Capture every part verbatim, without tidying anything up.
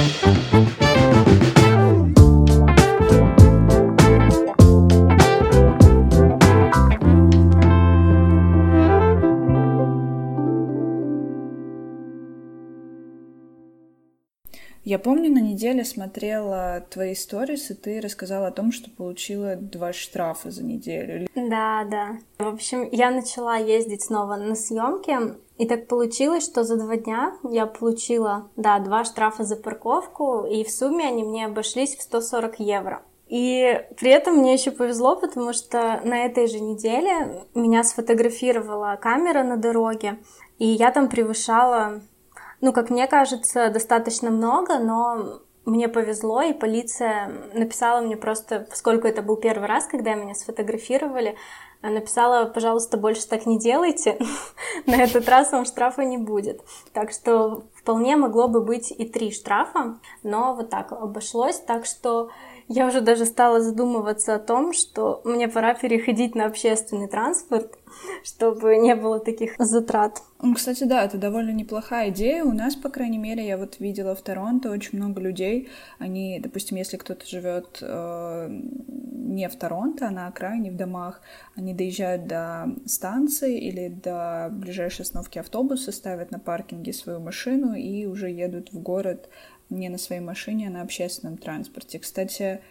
Я помню, на неделе смотрела твои сторис, и ты рассказала о том, что получила два штрафа за неделю. Да, да. В общем, я начала ездить снова на съемки, и так получилось, что за два дня я получила, да, два штрафа за парковку, и в сумме они мне обошлись в сто сорок евро. И при этом мне еще повезло, потому что на этой же неделе меня сфотографировала камера на дороге, и я там превышала... Ну, как мне кажется, достаточно много, но мне повезло, и полиция написала мне просто, поскольку это был первый раз, когда меня сфотографировали, написала: пожалуйста, больше так не делайте, на этот раз вам штрафа не будет. Так что вполне могло бы быть и три штрафа, но вот так обошлось, так что я уже даже стала задумываться о том, что мне пора переходить на общественный транспорт, чтобы не было таких затрат. Ну, кстати, да, это довольно неплохая идея. У нас, по крайней мере, я вот видела в Торонто очень много людей. Они, допустим, если кто-то живет э, не в Торонто, а на окраине, в домах, они доезжают до станции или до ближайшей остановки автобуса, ставят на паркинге свою машину и уже едут в город не на своей машине, а на общественном транспорте. Кстати,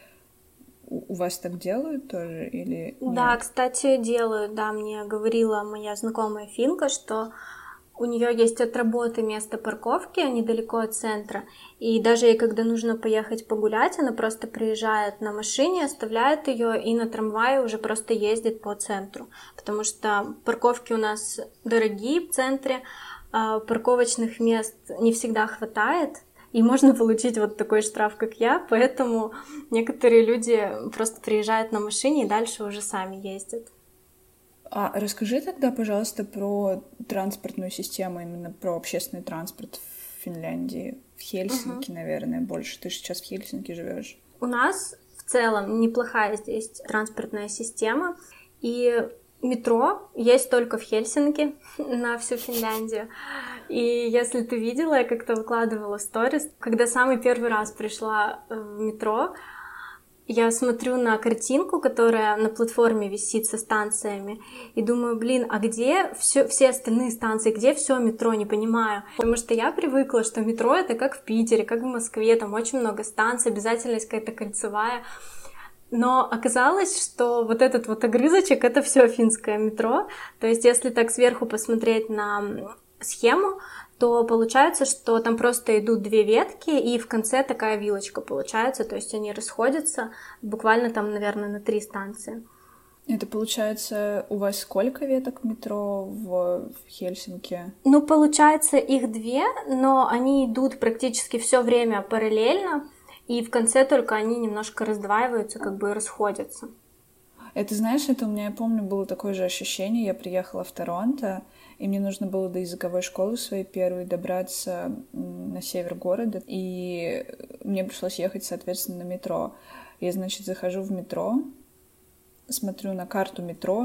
у вас так делают тоже или нет? Да, кстати, делают. Да, мне говорила моя знакомая финка, что у нее есть от работы место парковки недалеко от центра, и даже ей, когда нужно поехать погулять, она просто приезжает на машине, оставляет ее и на трамвае уже просто ездит по центру, потому что парковки у нас дорогие в центре, а парковочных мест не всегда хватает, и можно получить вот такой штраф, как я, поэтому некоторые люди просто приезжают на машине и дальше уже сами ездят. А расскажи тогда, пожалуйста, про транспортную систему, именно про общественный транспорт в Финляндии, в Хельсинки, uh-huh. наверное, больше. Ты же сейчас в Хельсинки живешь. У нас в целом неплохая здесь транспортная система, и метро есть только в Хельсинки на всю Финляндию. И если ты видела, я как-то выкладывала сторис, когда самый первый раз пришла в метро, я смотрю на картинку, которая на платформе висит со станциями, и думаю, блин, а где все, все остальные станции, где все метро, не понимаю. Потому что я привыкла, что метро — это как в Питере, как в Москве, там очень много станций, обязательно есть какая-то кольцевая. Но оказалось, что вот этот вот огрызочек — это все финское метро. То есть если так сверху посмотреть на схему, то получается, что там просто идут две ветки, и в конце такая вилочка получается, то есть они расходятся буквально там, наверное, на три станции. Это получается, у вас сколько веток метро в, в Хельсинки? Ну, получается, их две, но они идут практически все время параллельно, и в конце только они немножко раздваиваются, как бы расходятся. Это, знаешь, это у меня, я помню, было такое же ощущение. Я приехала в Торонто, и мне нужно было до языковой школы своей первой добраться на север города, и мне пришлось ехать, соответственно, на метро. Я, значит, захожу в метро, смотрю на карту метро,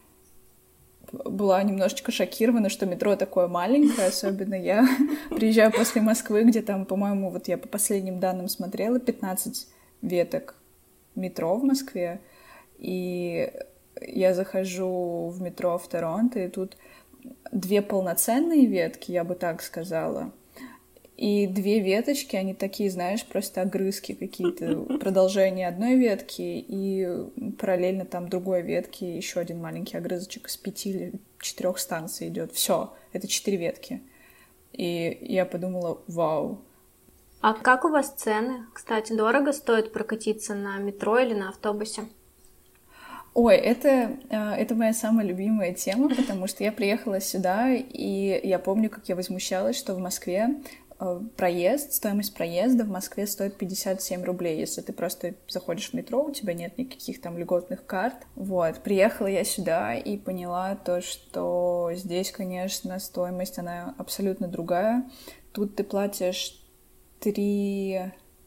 была немножечко шокирована, что метро такое маленькое, особенно я приезжаю после Москвы, где там, по-моему, вот я по последним данным смотрела, пятнадцать веток метро в Москве, и я захожу в метро в Торонто, и тут две полноценные ветки, я бы так сказала, и две веточки, они такие, знаешь, просто огрызки какие-то, продолжение одной ветки, и параллельно там другой ветки еще один маленький огрызочек из пяти или четырех станций идет. Все, это четыре ветки. И я подумала, вау. А как у вас цены? Кстати, дорого стоит прокатиться на метро или на автобусе? Ой, это, это моя самая любимая тема, потому что я приехала сюда, и я помню, как я возмущалась, что в Москве проезд, стоимость проезда в Москве стоит пятьдесят семь рублей. Если ты просто заходишь в метро, у тебя нет никаких там льготных карт. Вот. Приехала я сюда и поняла то, что здесь, конечно, стоимость, она абсолютно другая. Тут ты платишь три...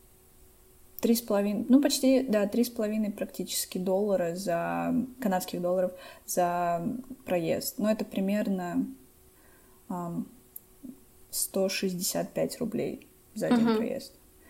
Три с половиной, ну почти, да, три с половиной практически доллара за, канадских долларов за проезд. Но это примерно um, сто шестьдесят пять рублей за один uh-huh. проезд.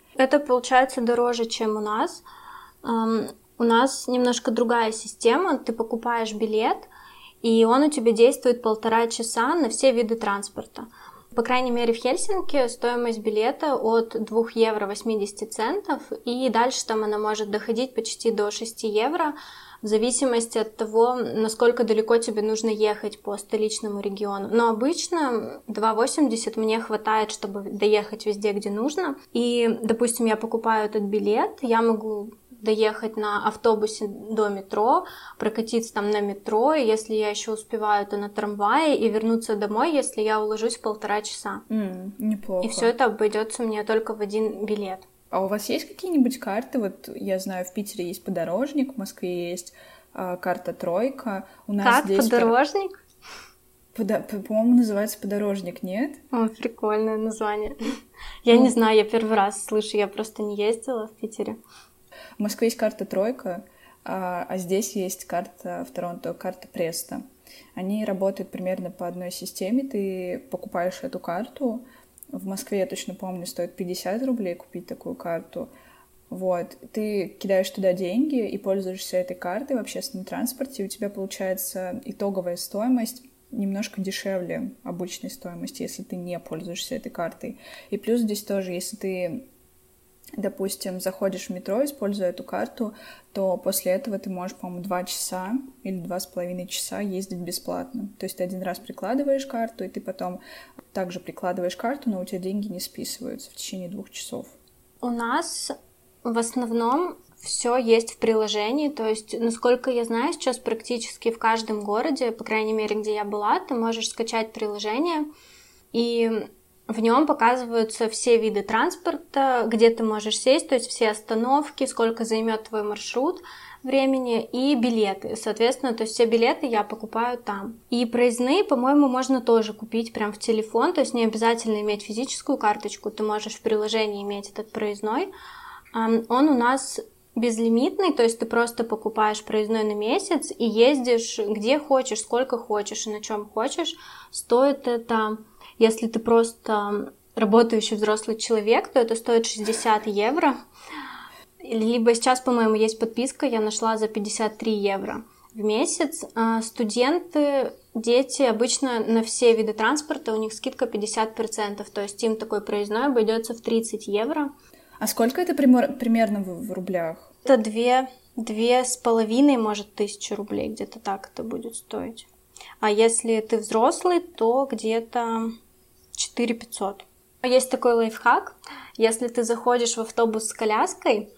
Это получается дороже, чем у нас. Um, у нас немножко другая система. Ты покупаешь билет, и он у тебя действует полтора часа на все виды транспорта. По крайней мере, в Хельсинки стоимость билета от двух евро восемьдесят центов, и дальше там она может доходить почти до шести евро, в зависимости от того, насколько далеко тебе нужно ехать по столичному региону. Но обычно два восемьдесят мне хватает, чтобы доехать везде, где нужно. И, допустим, я покупаю этот билет, я могу доехать на автобусе до метро, прокатиться там на метро, и если я еще успеваю, то на трамвае, и вернуться домой, если я уложусь в полтора часа. Mm, неплохо. И все это обойдется мне только в один билет. А у вас есть какие-нибудь карты? Вот я знаю, в Питере есть подорожник, в Москве есть а, карта Тройка. У нас как здесь подорожник? Подо... По-моему, называется подорожник, нет? О, прикольное название. Я ну... не знаю, я первый раз слышу, я просто не ездила в Питере. В Москве есть карта Тройка, а, а здесь есть карта в Торонто, карта Преста. Они работают примерно по одной системе. Ты покупаешь эту карту. В Москве, я точно помню, стоит пятьдесят рублей купить такую карту. Вот. Ты кидаешь туда деньги и пользуешься этой картой в общественном транспорте, и у тебя получается итоговая стоимость немножко дешевле обычной стоимости, если ты не пользуешься этой картой. И плюс здесь тоже, если ты, допустим, заходишь в метро, используя эту карту, то после этого ты можешь, по-моему, два часа или два с половиной часа ездить бесплатно. То есть ты один раз прикладываешь карту, и ты потом также прикладываешь карту, но у тебя деньги не списываются в течение двух часов. У нас в основном все есть в приложении, то есть, насколько я знаю, сейчас практически в каждом городе, по крайней мере, где я была, ты можешь скачать приложение, и в нем показываются все виды транспорта, где ты можешь сесть, то есть все остановки, сколько займет твой маршрут времени и билеты. Соответственно, то есть все билеты я покупаю там. И проездные, по-моему, можно тоже купить прям в телефон, то есть не обязательно иметь физическую карточку, ты можешь в приложении иметь этот проездной. Он у нас безлимитный, то есть ты просто покупаешь проездной на месяц и ездишь где хочешь, сколько хочешь и на чем хочешь. Стоит это, если ты просто работающий взрослый человек, то это стоит шестьдесят евро. Либо сейчас, по-моему, есть подписка, я нашла за пятьдесят три евро в месяц. А студенты, дети обычно на все виды транспорта, у них скидка пятьдесят процентов, то есть им такой проездной обойдется в тридцать евро. А сколько это примерно в рублях? Это две, две с половиной, может, тысячи рублей, где-то так это будет стоить. А если ты взрослый, то где-то четыре тысячи пятьсот. Есть такой лайфхак. Если ты заходишь в автобус с коляской,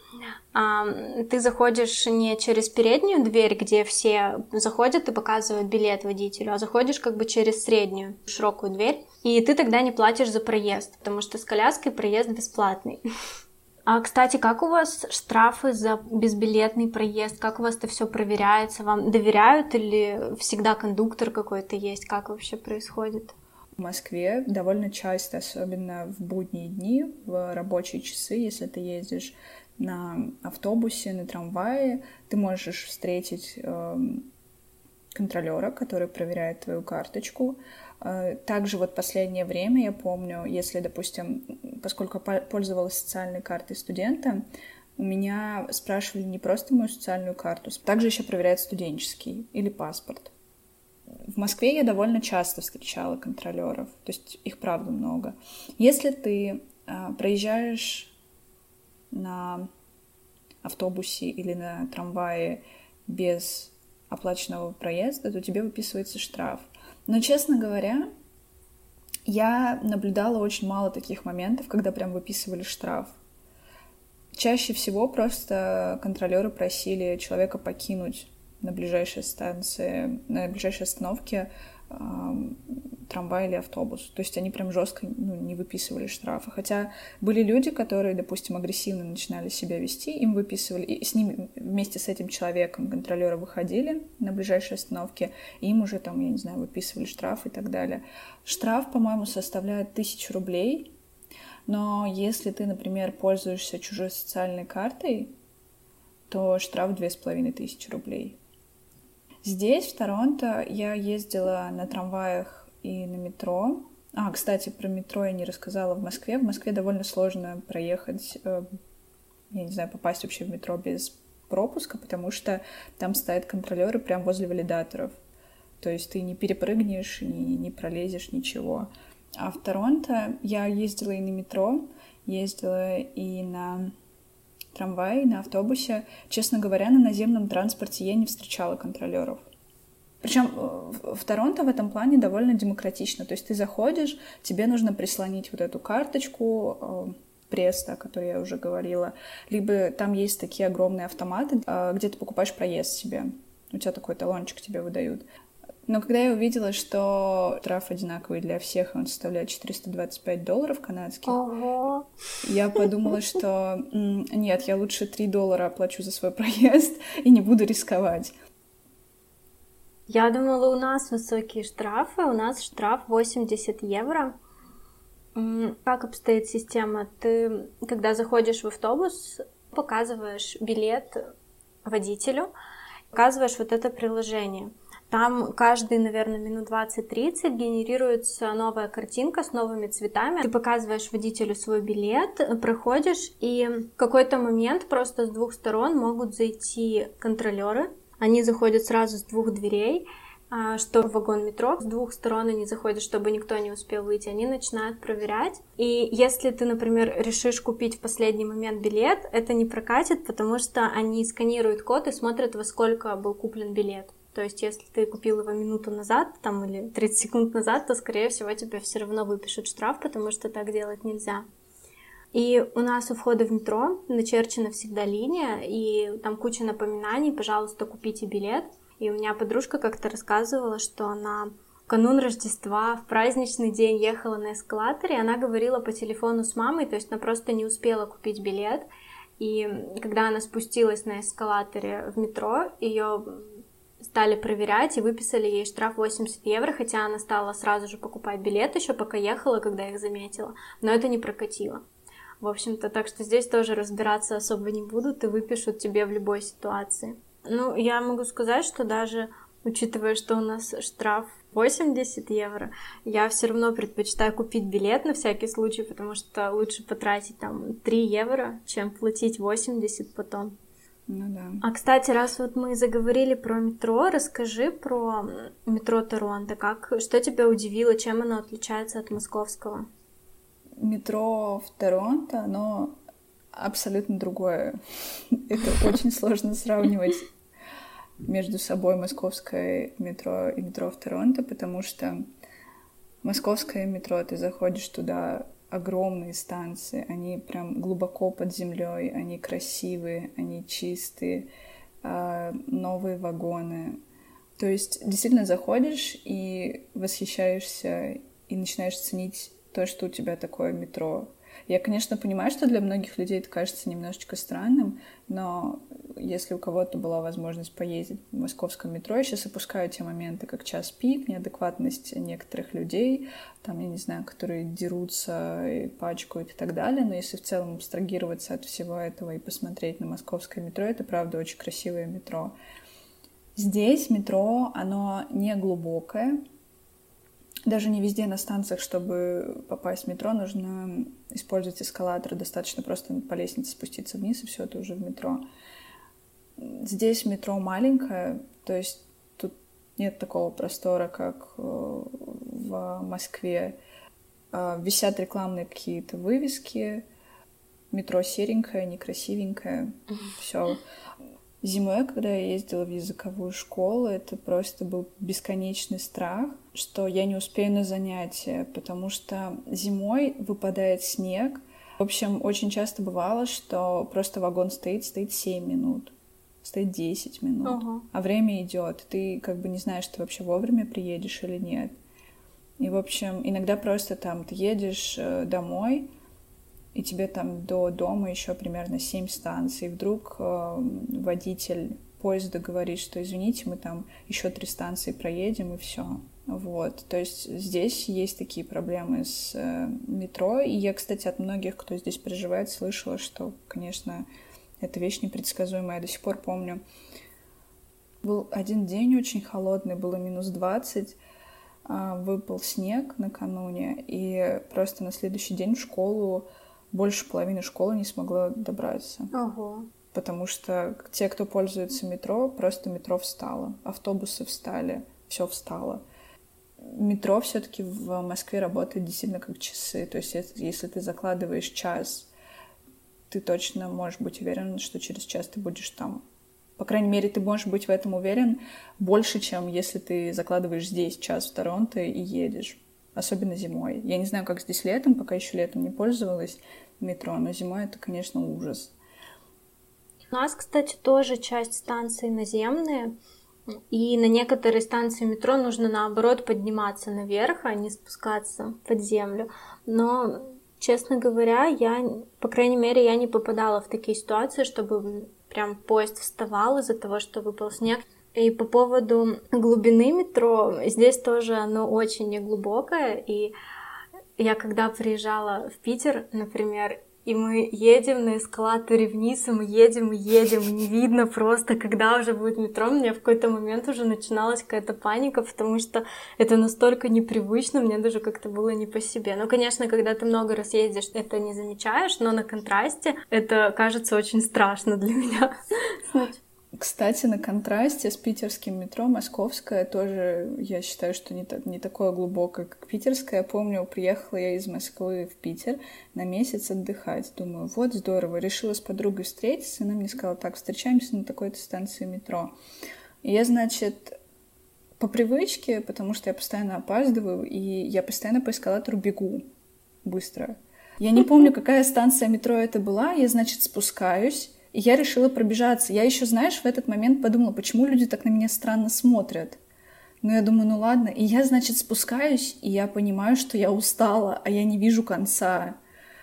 ты заходишь не через переднюю дверь, где все заходят и показывают билет водителю, а заходишь как бы через среднюю, широкую дверь, и ты тогда не платишь за проезд, потому что с коляской проезд бесплатный. А, кстати, как у вас штрафы за безбилетный проезд? Как у вас это все проверяется? Вам доверяют или всегда кондуктор какой-то есть? Как вообще происходит? В Москве довольно часто, особенно в будние дни, в рабочие часы, если ты ездишь на автобусе, на трамвае, ты можешь встретить э, контролера, который проверяет твою карточку. Также вот последнее время, я помню, если, допустим, поскольку я пользовалась социальной картой студента, у меня спрашивали не просто мою социальную карту, также еще проверяют студенческий или паспорт. В Москве я довольно часто встречала контролеров, то есть их правда много. Если ты а, проезжаешь на автобусе или на трамвае без оплаченного проезда, то тебе выписывается штраф. Но, честно говоря, я наблюдала очень мало таких моментов, когда прям выписывали штраф. Чаще всего просто контролеры просили человека покинуть на ближайшей станции, на ближайшей остановке э, трамвай или автобус. То есть они прям жестко ну, не выписывали штрафы. Хотя были люди, которые, допустим, агрессивно начинали себя вести, им выписывали, и с ними вместе с этим человеком контролеры выходили на ближайшей остановке, и им уже там, я не знаю, выписывали штраф и так далее. Штраф, по-моему, составляет тысячу рублей, но если ты, например, пользуешься чужой социальной картой, то штраф две с половиной тысячи рублей. Здесь, в Торонто, я ездила на трамваях и на метро, А, кстати, про метро я не рассказала в Москве. В Москве довольно сложно проехать, э, я не знаю, попасть вообще в метро без пропуска, потому что там стоят контролеры прямо возле валидаторов. То есть ты не перепрыгнешь, не, не пролезешь, ничего. А в Торонто я ездила и на метро, ездила и на трамвае, и на автобусе. Честно говоря, на наземном транспорте я не встречала контролеров. Причем в Торонто в этом плане довольно демократично. То есть ты заходишь, тебе нужно прислонить вот эту карточку Преста, о которой я уже говорила, либо там есть такие огромные автоматы, где ты покупаешь проезд себе. У тебя такой талончик тебе выдают. Но когда я увидела, что штраф одинаковый для всех, он составляет четыреста двадцать пять долларов канадских, Ого. Я подумала, что нет, я лучше три доллара оплачу за свой проезд и не буду рисковать. Я думала, у нас высокие штрафы, у нас штраф восемьдесят евро. Как обстоит система? Ты, когда заходишь в автобус, показываешь билет водителю, показываешь вот это приложение. Там каждые, наверное, минут двадцать-тридцать генерируется новая картинка с новыми цветами. Ты показываешь водителю свой билет, проходишь, и в какой-то момент просто с двух сторон могут зайти контролеры. Они заходят сразу с двух дверей, что в вагон метро. С двух сторон они заходят, чтобы никто не успел выйти. Они начинают проверять. И если ты, например, решишь купить в последний момент билет, это не прокатит, потому что они сканируют код и смотрят, во сколько был куплен билет. То есть, если ты купил его минуту назад, там, или тридцать секунд назад, то, скорее всего, тебе все равно выпишут штраф, потому что так делать нельзя. И у нас у входа в метро начерчена всегда линия, и там куча напоминаний, пожалуйста, купите билет. И у меня подружка как-то рассказывала, что она канун Рождества в праздничный день ехала на эскалаторе, и она говорила по телефону с мамой, то есть она просто не успела купить билет. И когда она спустилась на эскалаторе в метро, ее стали проверять и выписали ей штраф восемьдесят евро, хотя она стала сразу же покупать билет еще пока ехала, когда их заметила, но это не прокатило. В общем-то, так что здесь тоже разбираться особо не будут и выпишут тебе в любой ситуации. Ну, я могу сказать, что даже учитывая, что у нас штраф восемьдесят евро, я все равно предпочитаю купить билет на всякий случай, потому что лучше потратить там три евро, чем платить восемьдесят потом. Ну да. А, кстати, раз вот мы заговорили про метро, расскажи про метро Торонто. Как, что тебя удивило, чем оно отличается от московского? Метро в Торонто, оно абсолютно другое. Это очень сложно сравнивать между собой московское метро и метро в Торонто, потому что московское метро, ты заходишь туда, огромные станции, они прям глубоко под землей, они красивые, они чистые, новые вагоны. То есть действительно заходишь и восхищаешься, и начинаешь ценить то, что у тебя такое метро. Я, конечно, понимаю, что для многих людей это кажется немножечко странным, но если у кого-то была возможность поездить в московском метро, я сейчас опускаю те моменты, как час пик, неадекватность некоторых людей, там, я не знаю, которые дерутся и пачкают и так далее, но если в целом абстрагироваться от всего этого и посмотреть на московское метро, это, правда, очень красивое метро. Здесь метро, оно не глубокое. Даже не везде на станциях, чтобы попасть в метро, нужно использовать эскалатор. Достаточно просто по лестнице спуститься вниз, и все, ты уже в метро. Здесь метро маленькое, то есть тут нет такого простора, как в Москве. Висят рекламные какие-то вывески. Метро серенькое, некрасивенькое. Все. Зимой, когда я ездила в языковую школу, это просто был бесконечный страх, что я не успею на занятия, потому что зимой выпадает снег. В общем, очень часто бывало, что просто вагон стоит, стоит семь минут, стоит десять минут, uh-huh. а время идет, ты как бы не знаешь, ты вообще вовремя приедешь или нет. И, в общем, иногда просто там ты едешь домой, и тебе там до дома еще примерно семь станций. И вдруг э, водитель поезда говорит, что извините, мы там еще три станции проедем, и все. Вот. То есть здесь есть такие проблемы с э, метро. И я, кстати, от многих, кто здесь проживает, слышала, что, конечно, эта вещь непредсказуемая. Я до сих пор помню, был один день очень холодный, было минус двадцать. выпал снег накануне, и просто на следующий день в школу больше половины школы не смогло добраться. Ого. Потому что те, кто пользуется метро, просто метро встало, автобусы встали, все встало. Метро все-таки в Москве работает действительно как часы. То есть если ты закладываешь час, ты точно можешь быть уверен, что через час ты будешь там. По крайней мере, ты можешь быть в этом уверен больше, чем если ты закладываешь здесь час в Торонто и едешь. Особенно зимой. Я не знаю, как здесь летом, пока еще летом не пользовалась метро, но зимой это, конечно, ужас. У нас, кстати, тоже часть станций наземные, и на некоторые станции метро нужно, наоборот, подниматься наверх, а не спускаться под землю. Но, честно говоря, я, по крайней мере, я не попадала в такие ситуации, чтобы прям поезд вставал из-за того, что выпал снег. И по поводу глубины метро, здесь тоже оно очень неглубокое, и я когда приезжала в Питер, например, и мы едем на эскалаторе вниз, и мы едем, и едем, и не видно просто, когда уже будет метро. У меня в какой-то момент уже начиналась какая-то паника, потому что это настолько непривычно, мне даже как-то было не по себе. Ну, конечно, когда ты много раз ездишь, это не замечаешь, но на контрасте это кажется очень страшно для меня. Кстати, на контрасте с питерским метро московское тоже, я считаю, что не, так, не такое глубокое, как питерское. Я помню, приехала я из Москвы в Питер на месяц отдыхать. Думаю, вот здорово. Решила с подругой встретиться. Она мне сказала, так, встречаемся на такой-то станции метро. И я, значит, по привычке, потому что я постоянно опаздываю, и я постоянно по эскалатору бегу быстро. Я не помню, какая станция метро это была. Я, значит, спускаюсь. И я решила пробежаться. Я еще, знаешь, в этот момент подумала, почему люди так на меня странно смотрят. Ну, я думаю, ну ладно. И я, значит, спускаюсь, и я понимаю, что я устала, а я не вижу конца.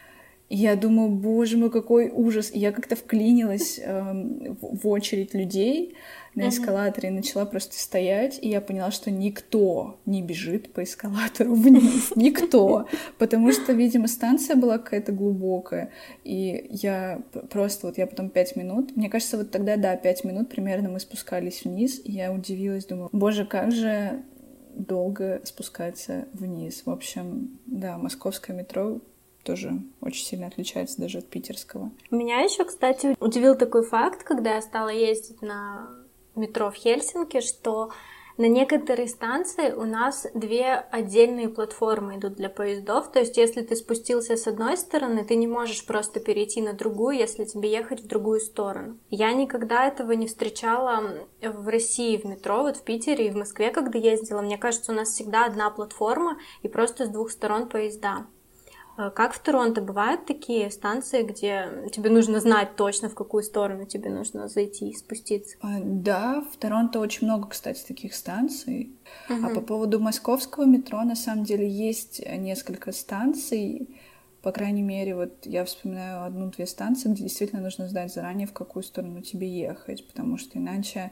И я думаю, боже мой, какой ужас. И я как-то вклинилась э, в, в очередь людей на эскалаторе и начала просто стоять. И я поняла, что никто не бежит по эскалатору вниз. Никто. Потому что, видимо, станция была какая-то глубокая. И я просто, вот я потом пять минут, мне кажется, вот тогда, да, пять минут примерно мы спускались вниз. И я удивилась, думаю, боже, как же долго спускаться вниз. В общем, да, московское метро тоже очень сильно отличается даже от питерского. Меня еще, кстати, удивил такой факт, когда я стала ездить на метро в Хельсинки, что на некоторые станции у нас две отдельные платформы идут для поездов. То есть, если ты спустился с одной стороны, ты не можешь просто перейти на другую, если тебе ехать в другую сторону. Я никогда этого не встречала в России в метро, вот в Питере и в Москве, когда ездила. Мне кажется, у нас всегда одна платформа и просто с двух сторон поезда. Как в Торонто бывают такие станции, где тебе нужно знать точно, в какую сторону тебе нужно зайти и спуститься? Да, в Торонто очень много, кстати, таких станций. Uh-huh. А по поводу московского метро, на самом деле, есть несколько станций. По крайней мере, вот я вспоминаю одну-две станции, где действительно нужно знать заранее, в какую сторону тебе ехать, потому что иначе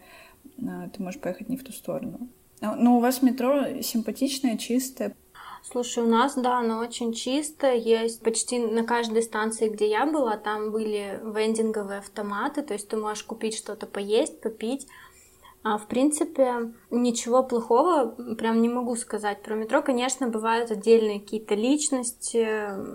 ты можешь поехать не в ту сторону. Но у вас метро симпатичное, чистое. Слушай, у нас, да, оно очень чисто, есть почти на каждой станции, где я была, там были вендинговые автоматы, то есть ты можешь купить что-то поесть, попить. А, в принципе, ничего плохого прям не могу сказать про метро. Конечно, бывают отдельные какие-то личности,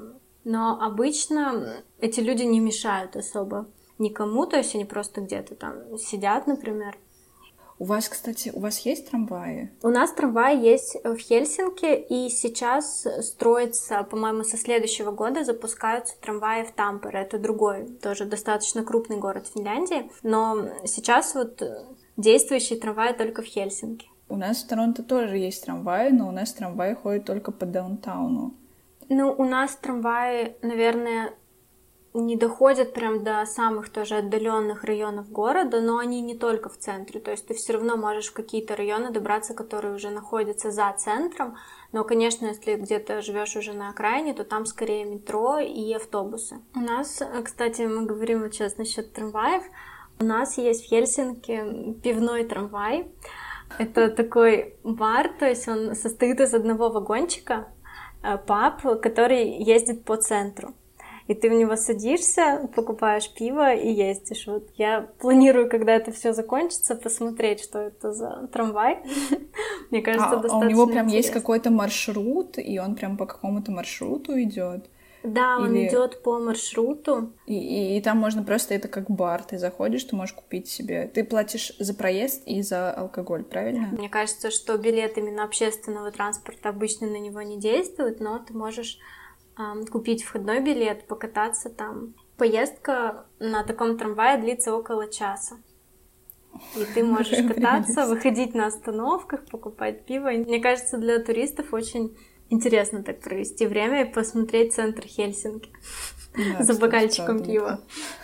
но обычно эти люди не мешают особо никому, то есть они просто где-то там сидят, например. У вас, кстати, у вас есть трамваи? У нас трамваи есть в Хельсинки, и сейчас строится, по-моему, со следующего года запускаются трамваи в Тампере. Это другой, тоже достаточно крупный город Финляндии, но сейчас вот действующие трамваи только в Хельсинки. У нас в Торонто тоже есть трамваи, но у нас трамваи ходят только по даунтауну. Ну, у нас трамваи, наверное, не доходят прям до самых тоже отдаленных районов города, но они не только в центре, то есть ты все равно можешь в какие-то районы добраться, которые уже находятся за центром, но, конечно, если где-то живешь уже на окраине, то там скорее метро и автобусы. У нас, кстати, мы говорим вот сейчас насчет трамваев, у нас есть в Хельсинки пивной трамвай, это такой бар, то есть он состоит из одного вагончика, паб, который ездит по центру. и ты в него садишься, покупаешь пиво и ездишь. Вот я планирую, когда это все закончится, посмотреть, что это за трамвай. Мне кажется, а, достаточно а у него прям интересно. есть какой-то маршрут, и он прям по какому-то маршруту идет. Да, он Или... идет по маршруту. И, и, и там можно просто, это как бар, ты заходишь, ты можешь купить себе... Ты платишь за проезд и за алкоголь, правильно? Мне кажется, что билет именно общественного транспорта обычно на него не действует, но ты можешь эм, купить входной билет, покататься там. Поездка на таком трамвае длится около часа. И ты можешь кататься, выходить на остановках, покупать пиво. Мне кажется, для туристов очень интересно так провести время и посмотреть центр Хельсинки да, за кстати, бокальчиком правда, пива.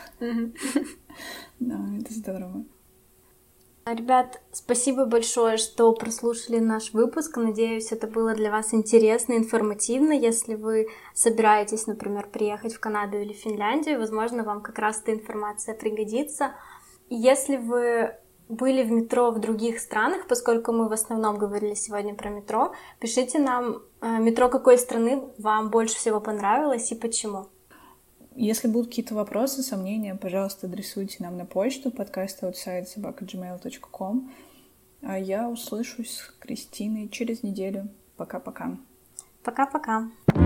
Да, это здорово. Ребят, спасибо большое, что прослушали наш выпуск. Надеюсь, это было для вас интересно, информативно. Если вы собираетесь, например, приехать в Канаду или Финляндию, возможно, вам как раз эта информация пригодится. Если вы были в метро в других странах, поскольку мы в основном говорили сегодня про метро, пишите нам, метро какой страны вам больше всего понравилось и почему. Если будут какие-то вопросы, сомнения, пожалуйста, адресуйте нам на почту подкаст аутсайд собака джи мейл точка ком. А я услышусь с Кристиной через неделю. Пока-пока. Пока-пока.